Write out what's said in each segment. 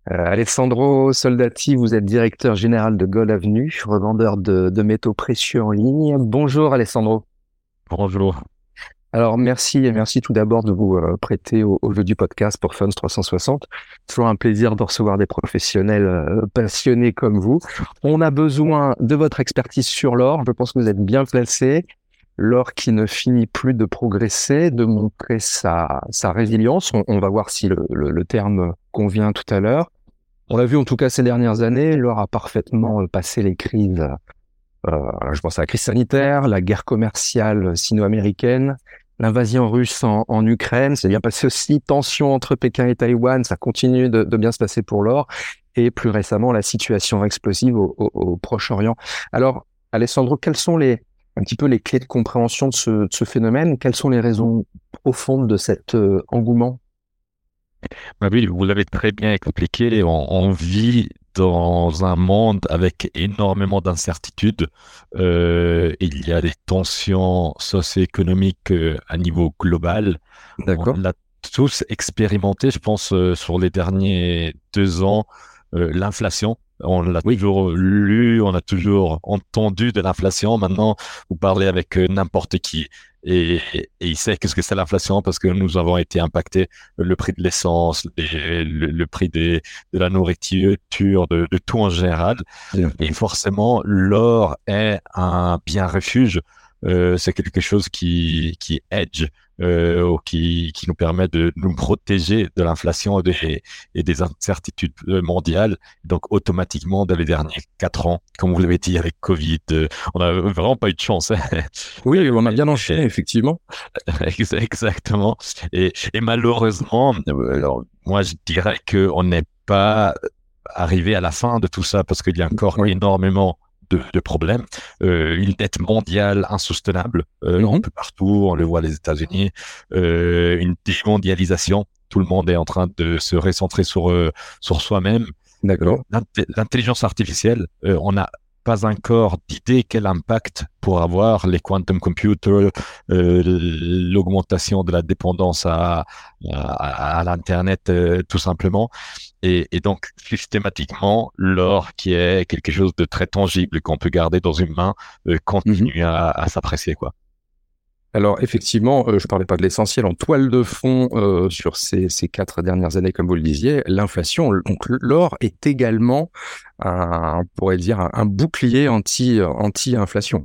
Alessandro Soldati, vous êtes directeur général de Gold Avenue, revendeur de métaux précieux en ligne. Bonjour Alessandro. Bonjour. Alors merci tout d'abord de vous prêter au jeu du podcast pour Funds 360. Toujours un plaisir de recevoir des professionnels passionnés comme vous. On a besoin de votre expertise sur l'or. Je pense que vous êtes bien placé. L'or qui ne finit plus de progresser, de montrer sa résilience. On va voir si le terme convient tout à l'heure. On l'a vu en tout cas ces dernières années, l'or a parfaitement passé les crises. Je pense à la crise sanitaire, la guerre commerciale sino-américaine, l'invasion russe en Ukraine. C'est bien passé aussi, tension entre Pékin et Taïwan, ça continue de bien se passer pour l'or. Et plus récemment, la situation explosive au Proche-Orient. Alors, Alessandro, quelles sont un petit peu les clés de compréhension de ce phénomène? Quelles sont les raisons profondes de cet engouement? Bah oui, vous l'avez très bien expliqué. On vit dans un monde avec énormément d'incertitudes. Il y a des tensions socio-économiques à niveau global. On D'accord. l'a tous expérimenté, je pense, sur les derniers 2 ans, l'inflation. On l'a Oui. toujours lu, on a toujours entendu de l'inflation. Maintenant, vous parlez avec n'importe qui et il sait qu'est-ce que c'est l'inflation parce que nous avons été impactés. Le prix de l'essence, le prix de la nourriture, de tout en général. Bien. Et forcément, l'or est un bien refuge. C'est quelque chose qui hedge ou qui nous permet de nous protéger de l'inflation et des incertitudes mondiales. Donc, automatiquement, dans les derniers 4 ans, comme vous l'avez dit avec Covid, on n'a vraiment pas eu de chance, hein. Oui, on a bien enchaîné, effectivement. Exactement. Et malheureusement, alors, moi, je dirais qu'on n'est pas arriver à la fin de tout ça parce qu'il y a encore Oui. énormément de problèmes. Une dette mondiale insoutenable, un Mhm. peu partout, on le voit les États-Unis, une démondialisation. Tout le monde est en train de se recentrer sur soi-même. D'accord. L'intelligence artificielle, on n'a pas encore d'idée quel impact pour avoir les quantum computers, l'augmentation de la dépendance à l'Internet, tout simplement. Et donc, systématiquement, l'or, qui est quelque chose de très tangible qu'on peut garder dans une main, Mhm. continue à s'apprécier, quoi. Alors effectivement, je parlais pas de l'essentiel en toile de fond sur ces 4 dernières années, comme vous le disiez, l'inflation. Donc l'or est également, on pourrait dire, un bouclier anti-inflation.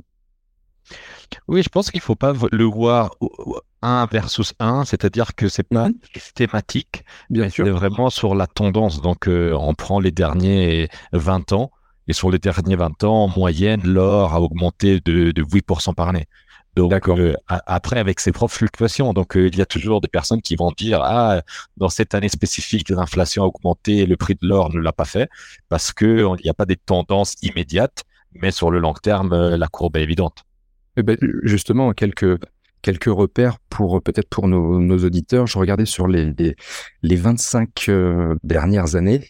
Oui, je pense qu'il faut pas le voir un versus un, c'est-à-dire que c'est pas Mhm. systématique, Bien mais c'est sûr. vraiment sur la tendance. Donc, on prend les derniers 20 ans, et sur les derniers 20 ans, en moyenne, l'or a augmenté de 8% par année. Donc, D'accord. après, avec ses propres fluctuations, donc il y a toujours des personnes qui vont dire, ah, dans cette année spécifique, l'inflation a augmenté et le prix de l'or ne l'a pas fait, parce que il n'y a pas des tendances immédiates, mais sur le long terme, la courbe est évidente. Eh ben, justement, quelques repères peut-être pour nos auditeurs. Je regardais sur les 25 dernières années.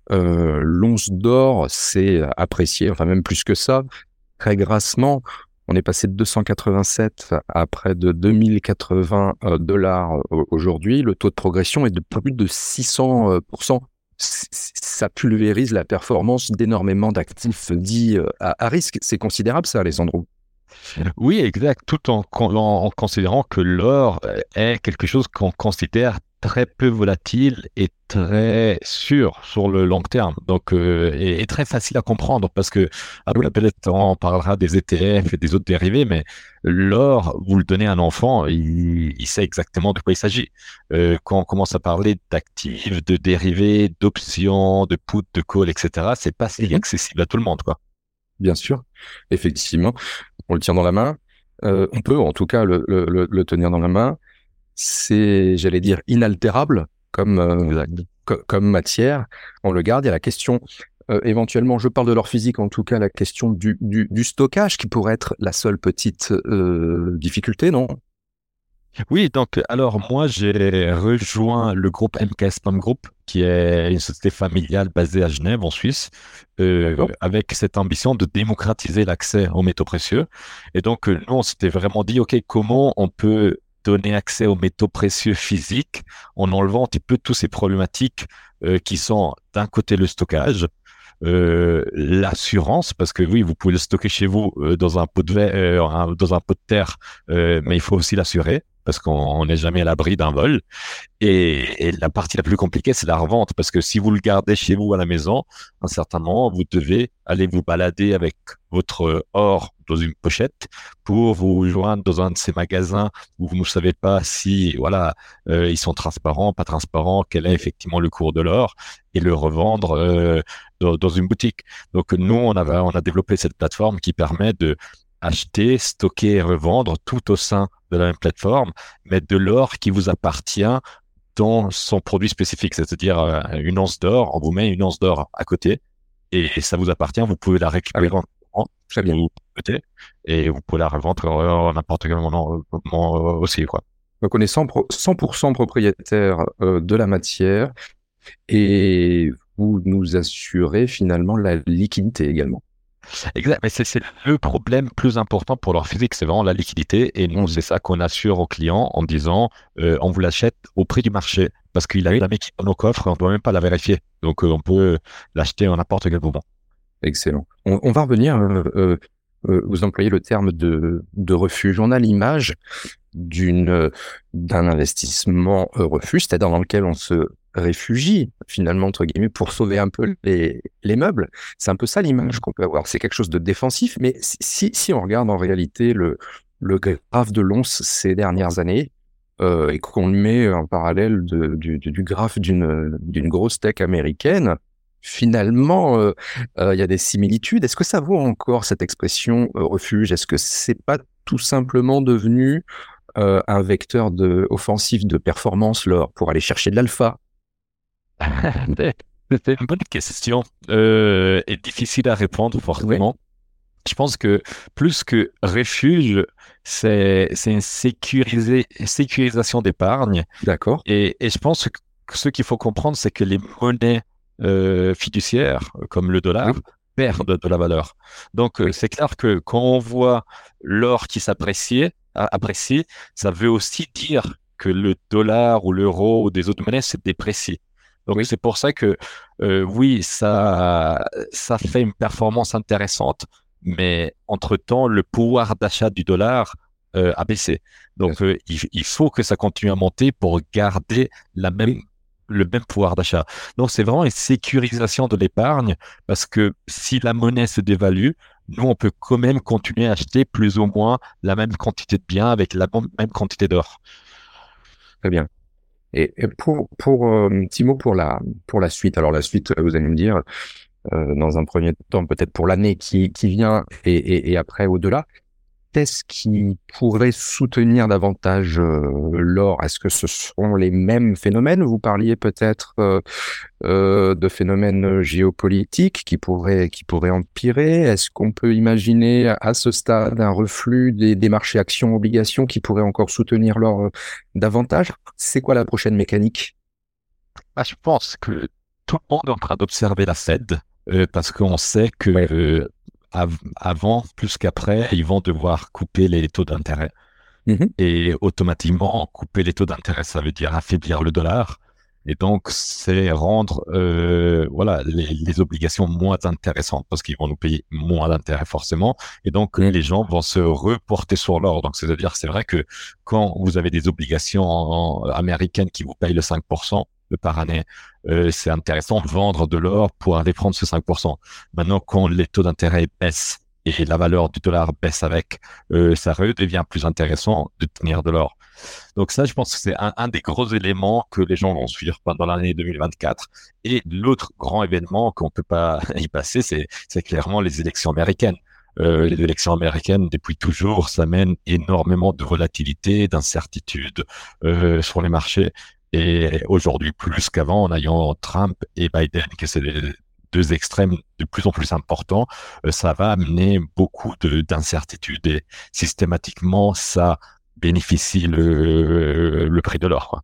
L'once d'or s'est appréciée, enfin même plus que ça, très grassement. On est passé de 287 à près de 2080 dollars aujourd'hui. Le taux de progression est de plus de 600%. Ça pulvérise la performance d'énormément d'actifs dits à risque. C'est considérable ça, Alessandro. Oui, exact, tout en considérant que l'or est quelque chose qu'on considère très peu volatile et très sûr sur le long terme, donc et très facile à comprendre parce que Oui. après peut-être on parlera des ETF et des autres dérivés, mais l'or, vous le donnez à un enfant, il sait exactement de quoi il s'agit. Quand on commence à parler d'actifs, de dérivés, d'options, de put, de call, etc., c'est pas si Mhm. accessible à tout le monde, quoi. Bien sûr, effectivement. On le tient dans la main. On peut en tout cas le tenir dans la main. C'est, j'allais dire, inaltérable Exact. comme matière. On le garde. Il y a la question, éventuellement, je parle de l'or physique, en tout cas, la question du stockage qui pourrait être la seule petite difficulté, non? Oui, donc alors moi j'ai rejoint le groupe MKS Pump Group, qui est une société familiale basée à Genève en Suisse, D'accord. avec cette ambition de démocratiser l'accès aux métaux précieux. Et donc nous on s'était vraiment dit, ok, comment on peut donner accès aux métaux précieux physiques en enlevant un petit peu toutes ces problématiques qui sont d'un côté le stockage, l'assurance, parce que oui, vous pouvez le stocker chez vous dans un pot de dans un pot de terre, mais il faut aussi l'assurer parce qu'on n'est jamais à l'abri d'un vol. Et la partie la plus compliquée, c'est la revente, parce que si vous le gardez chez vous à la maison, à un certain moment, vous devez aller vous balader avec votre or dans une pochette pour vous joindre dans un de ces magasins où vous ne savez pas si, voilà, ils sont transparents, pas transparents, quel est effectivement le cours de l'or, et le revendre dans une boutique. Donc nous, on a développé cette plateforme qui permet de acheter, stocker et revendre tout au sein de la même plateforme, mais de l'or qui vous appartient dans son produit spécifique, c'est-à-dire une once d'or, on vous met une once d'or à côté et ça vous appartient, vous pouvez la récupérer en Très bien. vous côté et vous pouvez la revendre en n'importe quel moment aussi, quoi. Donc, on est 100% propriétaire de la matière et vous nous assurez finalement la liquidité également. Exact, mais c'est le problème plus important pour leur physique, c'est vraiment la liquidité. Et nous, c'est ça qu'on assure aux clients en disant, on vous l'achète au prix du marché parce qu'il a jamais quitté nos coffres, on ne doit même pas la vérifier. Donc, on peut l'acheter en n'importe quel moment. Excellent. On va revenir, vous employez le terme de refuge. On a l'image d'un investissement refuge, c'est-à-dire dans lequel on se réfugie, finalement, entre guillemets, pour sauver un peu les meubles. C'est un peu ça l'image qu'on peut avoir. C'est quelque chose de défensif, mais si on regarde en réalité le graphe de l'once ces dernières années, et qu'on le met en parallèle du graphe d'une grosse tech américaine, finalement, il y a des similitudes. Est-ce que ça vaut encore cette expression refuge? Est-ce que c'est pas tout simplement devenu un vecteur offensif de performance pour aller chercher de l'alpha? C'est une bonne question et difficile à répondre forcément. Oui. Je pense que plus que refuge, c'est une sécurisation d'épargne. D'accord. Et je pense que ce qu'il faut comprendre, c'est que les monnaies fiduciaires, comme le dollar, perdent de la valeur. Donc, c'est clair que quand on voit l'or qui apprécie, ça veut aussi dire que le dollar ou l'euro ou des autres monnaies se déprécient. Donc, c'est pour ça que, oui, ça fait une performance intéressante, mais entre-temps, le pouvoir d'achat du dollar a baissé. Donc, il faut que ça continue à monter pour garder le même pouvoir d'achat. Donc, c'est vraiment une sécurisation de l'épargne parce que si la monnaie se dévalue, nous, on peut quand même continuer à acheter plus ou moins la même quantité de biens avec la même quantité d'or. Très bien. Et pour petit mot pour la suite. Alors, la suite, vous allez me dire, dans un premier temps, peut-être pour l'année qui vient et après au-delà. Qu'est-ce qui pourrait soutenir davantage l'or? Est-ce que ce sont les mêmes phénomènes? Vous parliez peut-être de phénomènes géopolitiques qui pourraient empirer. Est-ce qu'on peut imaginer à ce stade un reflux des marchés actions, obligations qui pourraient encore soutenir l'or davantage? C'est quoi la prochaine mécanique? Je pense que tout le monde est en train d'observer la Fed parce qu'on sait que avant, plus qu'après, ils vont devoir couper les taux d'intérêt. Et automatiquement, couper les taux d'intérêt, ça veut dire affaiblir le dollar. Et donc, c'est rendre les obligations moins intéressantes parce qu'ils vont nous payer moins d'intérêt forcément. Et donc, les gens vont se reporter sur l'or. Donc, c'est-à-dire, c'est vrai que quand vous avez des obligations américaines qui vous payent le 5% par année, c'est intéressant de vendre de l'or pour aller prendre ce 5%. Maintenant, quand les taux d'intérêt baissent et la valeur du dollar baisse avec, ça redevient plus intéressant de tenir de l'or. Donc ça, je pense que c'est un des gros éléments que les gens vont suivre pendant l'année 2024. Et l'autre grand événement qu'on ne peut pas y passer, c'est clairement les élections américaines. Les élections américaines, depuis toujours, ça mène énormément de volatilité, d'incertitude sur les marchés. Et aujourd'hui, plus qu'avant, en ayant Trump et Biden, que c'est les deux extrêmes de plus en plus importants, ça va amener beaucoup d'incertitudes et systématiquement, ça bénéficie le prix de l'or, quoi.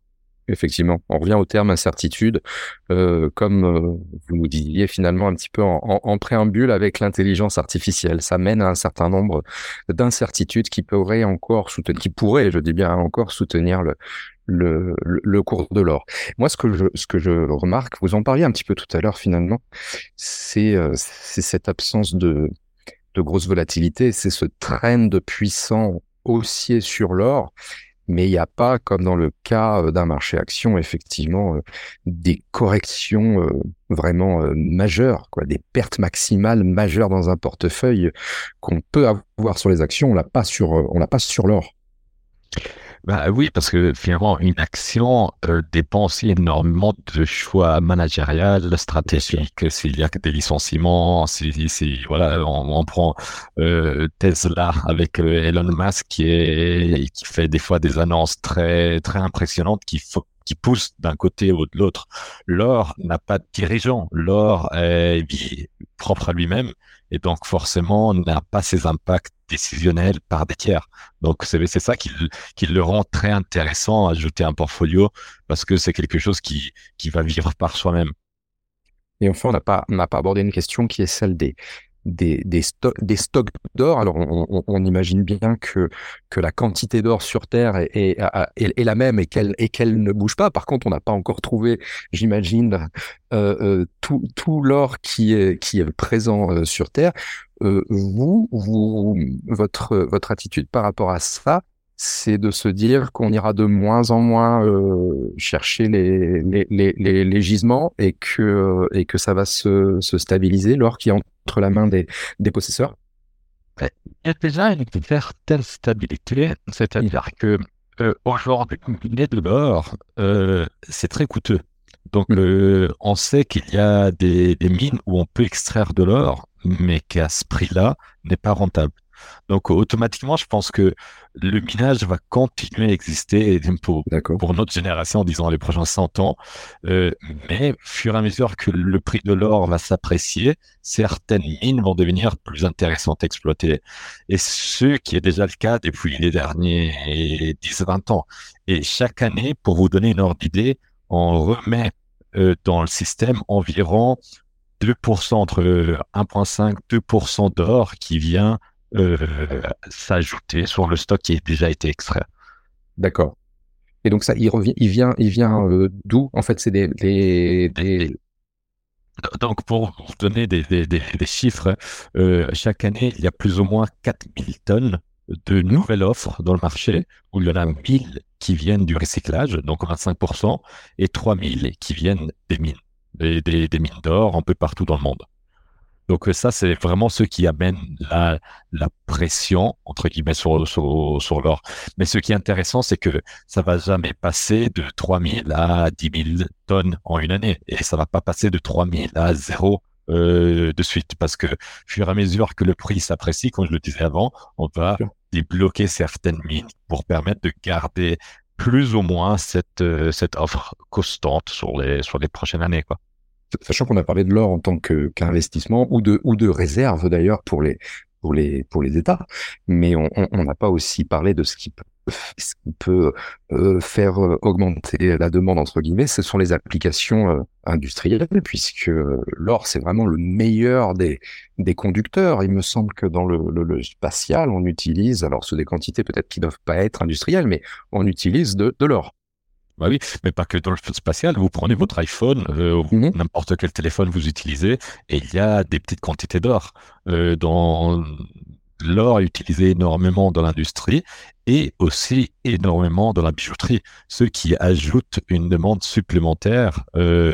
Effectivement, on revient au terme incertitude, comme vous nous disiez finalement un petit peu en préambule avec l'intelligence artificielle. Ça mène à un certain nombre d'incertitudes qui pourraient encore soutenir, qui pourraient, je dis bien encore, soutenir le cours de l'or. Moi, ce que je remarque, vous en parliez un petit peu tout à l'heure finalement, c'est cette absence de grosse volatilité, c'est ce trend puissant haussier sur l'or. Mais il n'y a pas, comme dans le cas d'un marché action, effectivement, des corrections vraiment majeures, quoi, des pertes maximales majeures dans un portefeuille qu'on peut avoir sur les actions, on l'a pas sur l'or. Bah oui, parce que finalement, une action dépend aussi énormément de choix managériels, Bien sûr. stratégiques, s'il y a que des licenciements, voilà, on prend Tesla avec Elon Musk qui fait des fois des annonces très très impressionnantes qui poussent d'un côté ou de l'autre. L'or n'a pas de dirigeant, l'or est propre à lui-même et donc forcément n'a pas ses impacts décisionnels par des tiers. Donc c'est ça qui le rend très intéressant à ajouter un portfolio parce que c'est quelque chose qui va vivre par soi-même. Et enfin, on n'a pas abordé une question qui est celle des stocks d'or. Alors, on imagine bien que la quantité d'or sur Terre est la même et qu'elle ne bouge pas. Par contre, on n'a pas encore trouvé, j'imagine, tout l'or qui est présent sur Terre. Votre attitude par rapport à ça, c'est de se dire qu'on ira de moins en moins chercher les gisements et que ça va se stabiliser, l'or qui est entre la main des possesseurs. Il y a déjà une certaine stabilité, c'est-à-dire que aujourd'hui, miner de l'or, c'est très coûteux. Donc, Mm. on sait qu'il y a des mines où on peut extraire de l'or, mais qu'à ce prix-là, n'est pas rentable. Donc, automatiquement, je pense que le minage va continuer à exister D'accord. pour notre génération, disons les prochains 100 ans. Euh, mais, au fur et à mesure que le prix de l'or va s'apprécier, certaines mines vont devenir plus intéressantes à exploiter. Et ce qui est déjà le cas depuis les derniers 10-20 ans. Et chaque année, pour vous donner une ordre d'idée, on remet dans le système environ 2%, entre 1,5-2% d'or qui vient euh, s'ajouter sur le stock qui a déjà été extrait. D'accord. Et donc ça, il vient d'où? En fait, c'est Donc, pour vous donner des chiffres, chaque année, il y a plus ou moins 4000 tonnes de nouvelles offres dans le marché, où il y en a 1000 qui viennent du recyclage, donc 25%, et 3000 qui viennent des mines, des mines d'or un peu partout dans le monde. Donc ça, c'est vraiment ce qui amène la pression, entre guillemets, sur l'or. Mais ce qui est intéressant, c'est que ça va jamais passer de 3000 à 10 000 tonnes en une année. Et ça va pas passer de 3000 à zéro de suite. Parce que, au fur et à mesure que le prix s'apprécie, comme je le disais avant, on va débloquer certaines mines pour permettre de garder plus ou moins cette offre constante sur les prochaines années, quoi. Sachant qu'on a parlé de l'or en tant qu'investissement ou de réserve d'ailleurs pour les États, mais on n'a pas aussi parlé de ce qui peut faire augmenter la demande entre guillemets. Ce sont les applications industrielles, puisque l'or c'est vraiment le meilleur des conducteurs. Il me semble que dans le spatial, on utilise, alors sous des quantités peut-être qui ne doivent pas être industrielles, mais on utilise de l'or. Bah oui, mais pas que dans le spatial. Vous prenez votre iPhone, Mhm. n'importe quel téléphone vous utilisez, et il y a des petites quantités d'or. L'or est utilisé énormément dans l'industrie et aussi énormément dans la bijouterie, ce qui ajoute une demande supplémentaire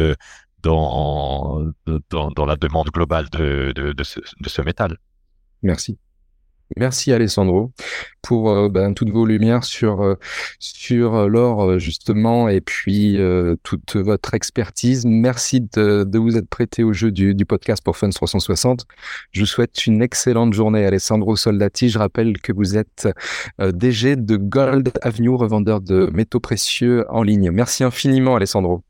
dans la demande globale de ce métal. Merci. Merci Alessandro pour toutes vos lumières sur l'or justement et puis toute votre expertise. Merci de vous être prêté au jeu du podcast pour Funds 360. Je vous souhaite une excellente journée, Alessandro Soldati. Je rappelle que vous êtes DG de Gold Avenue, revendeur de métaux précieux en ligne. Merci infiniment, Alessandro.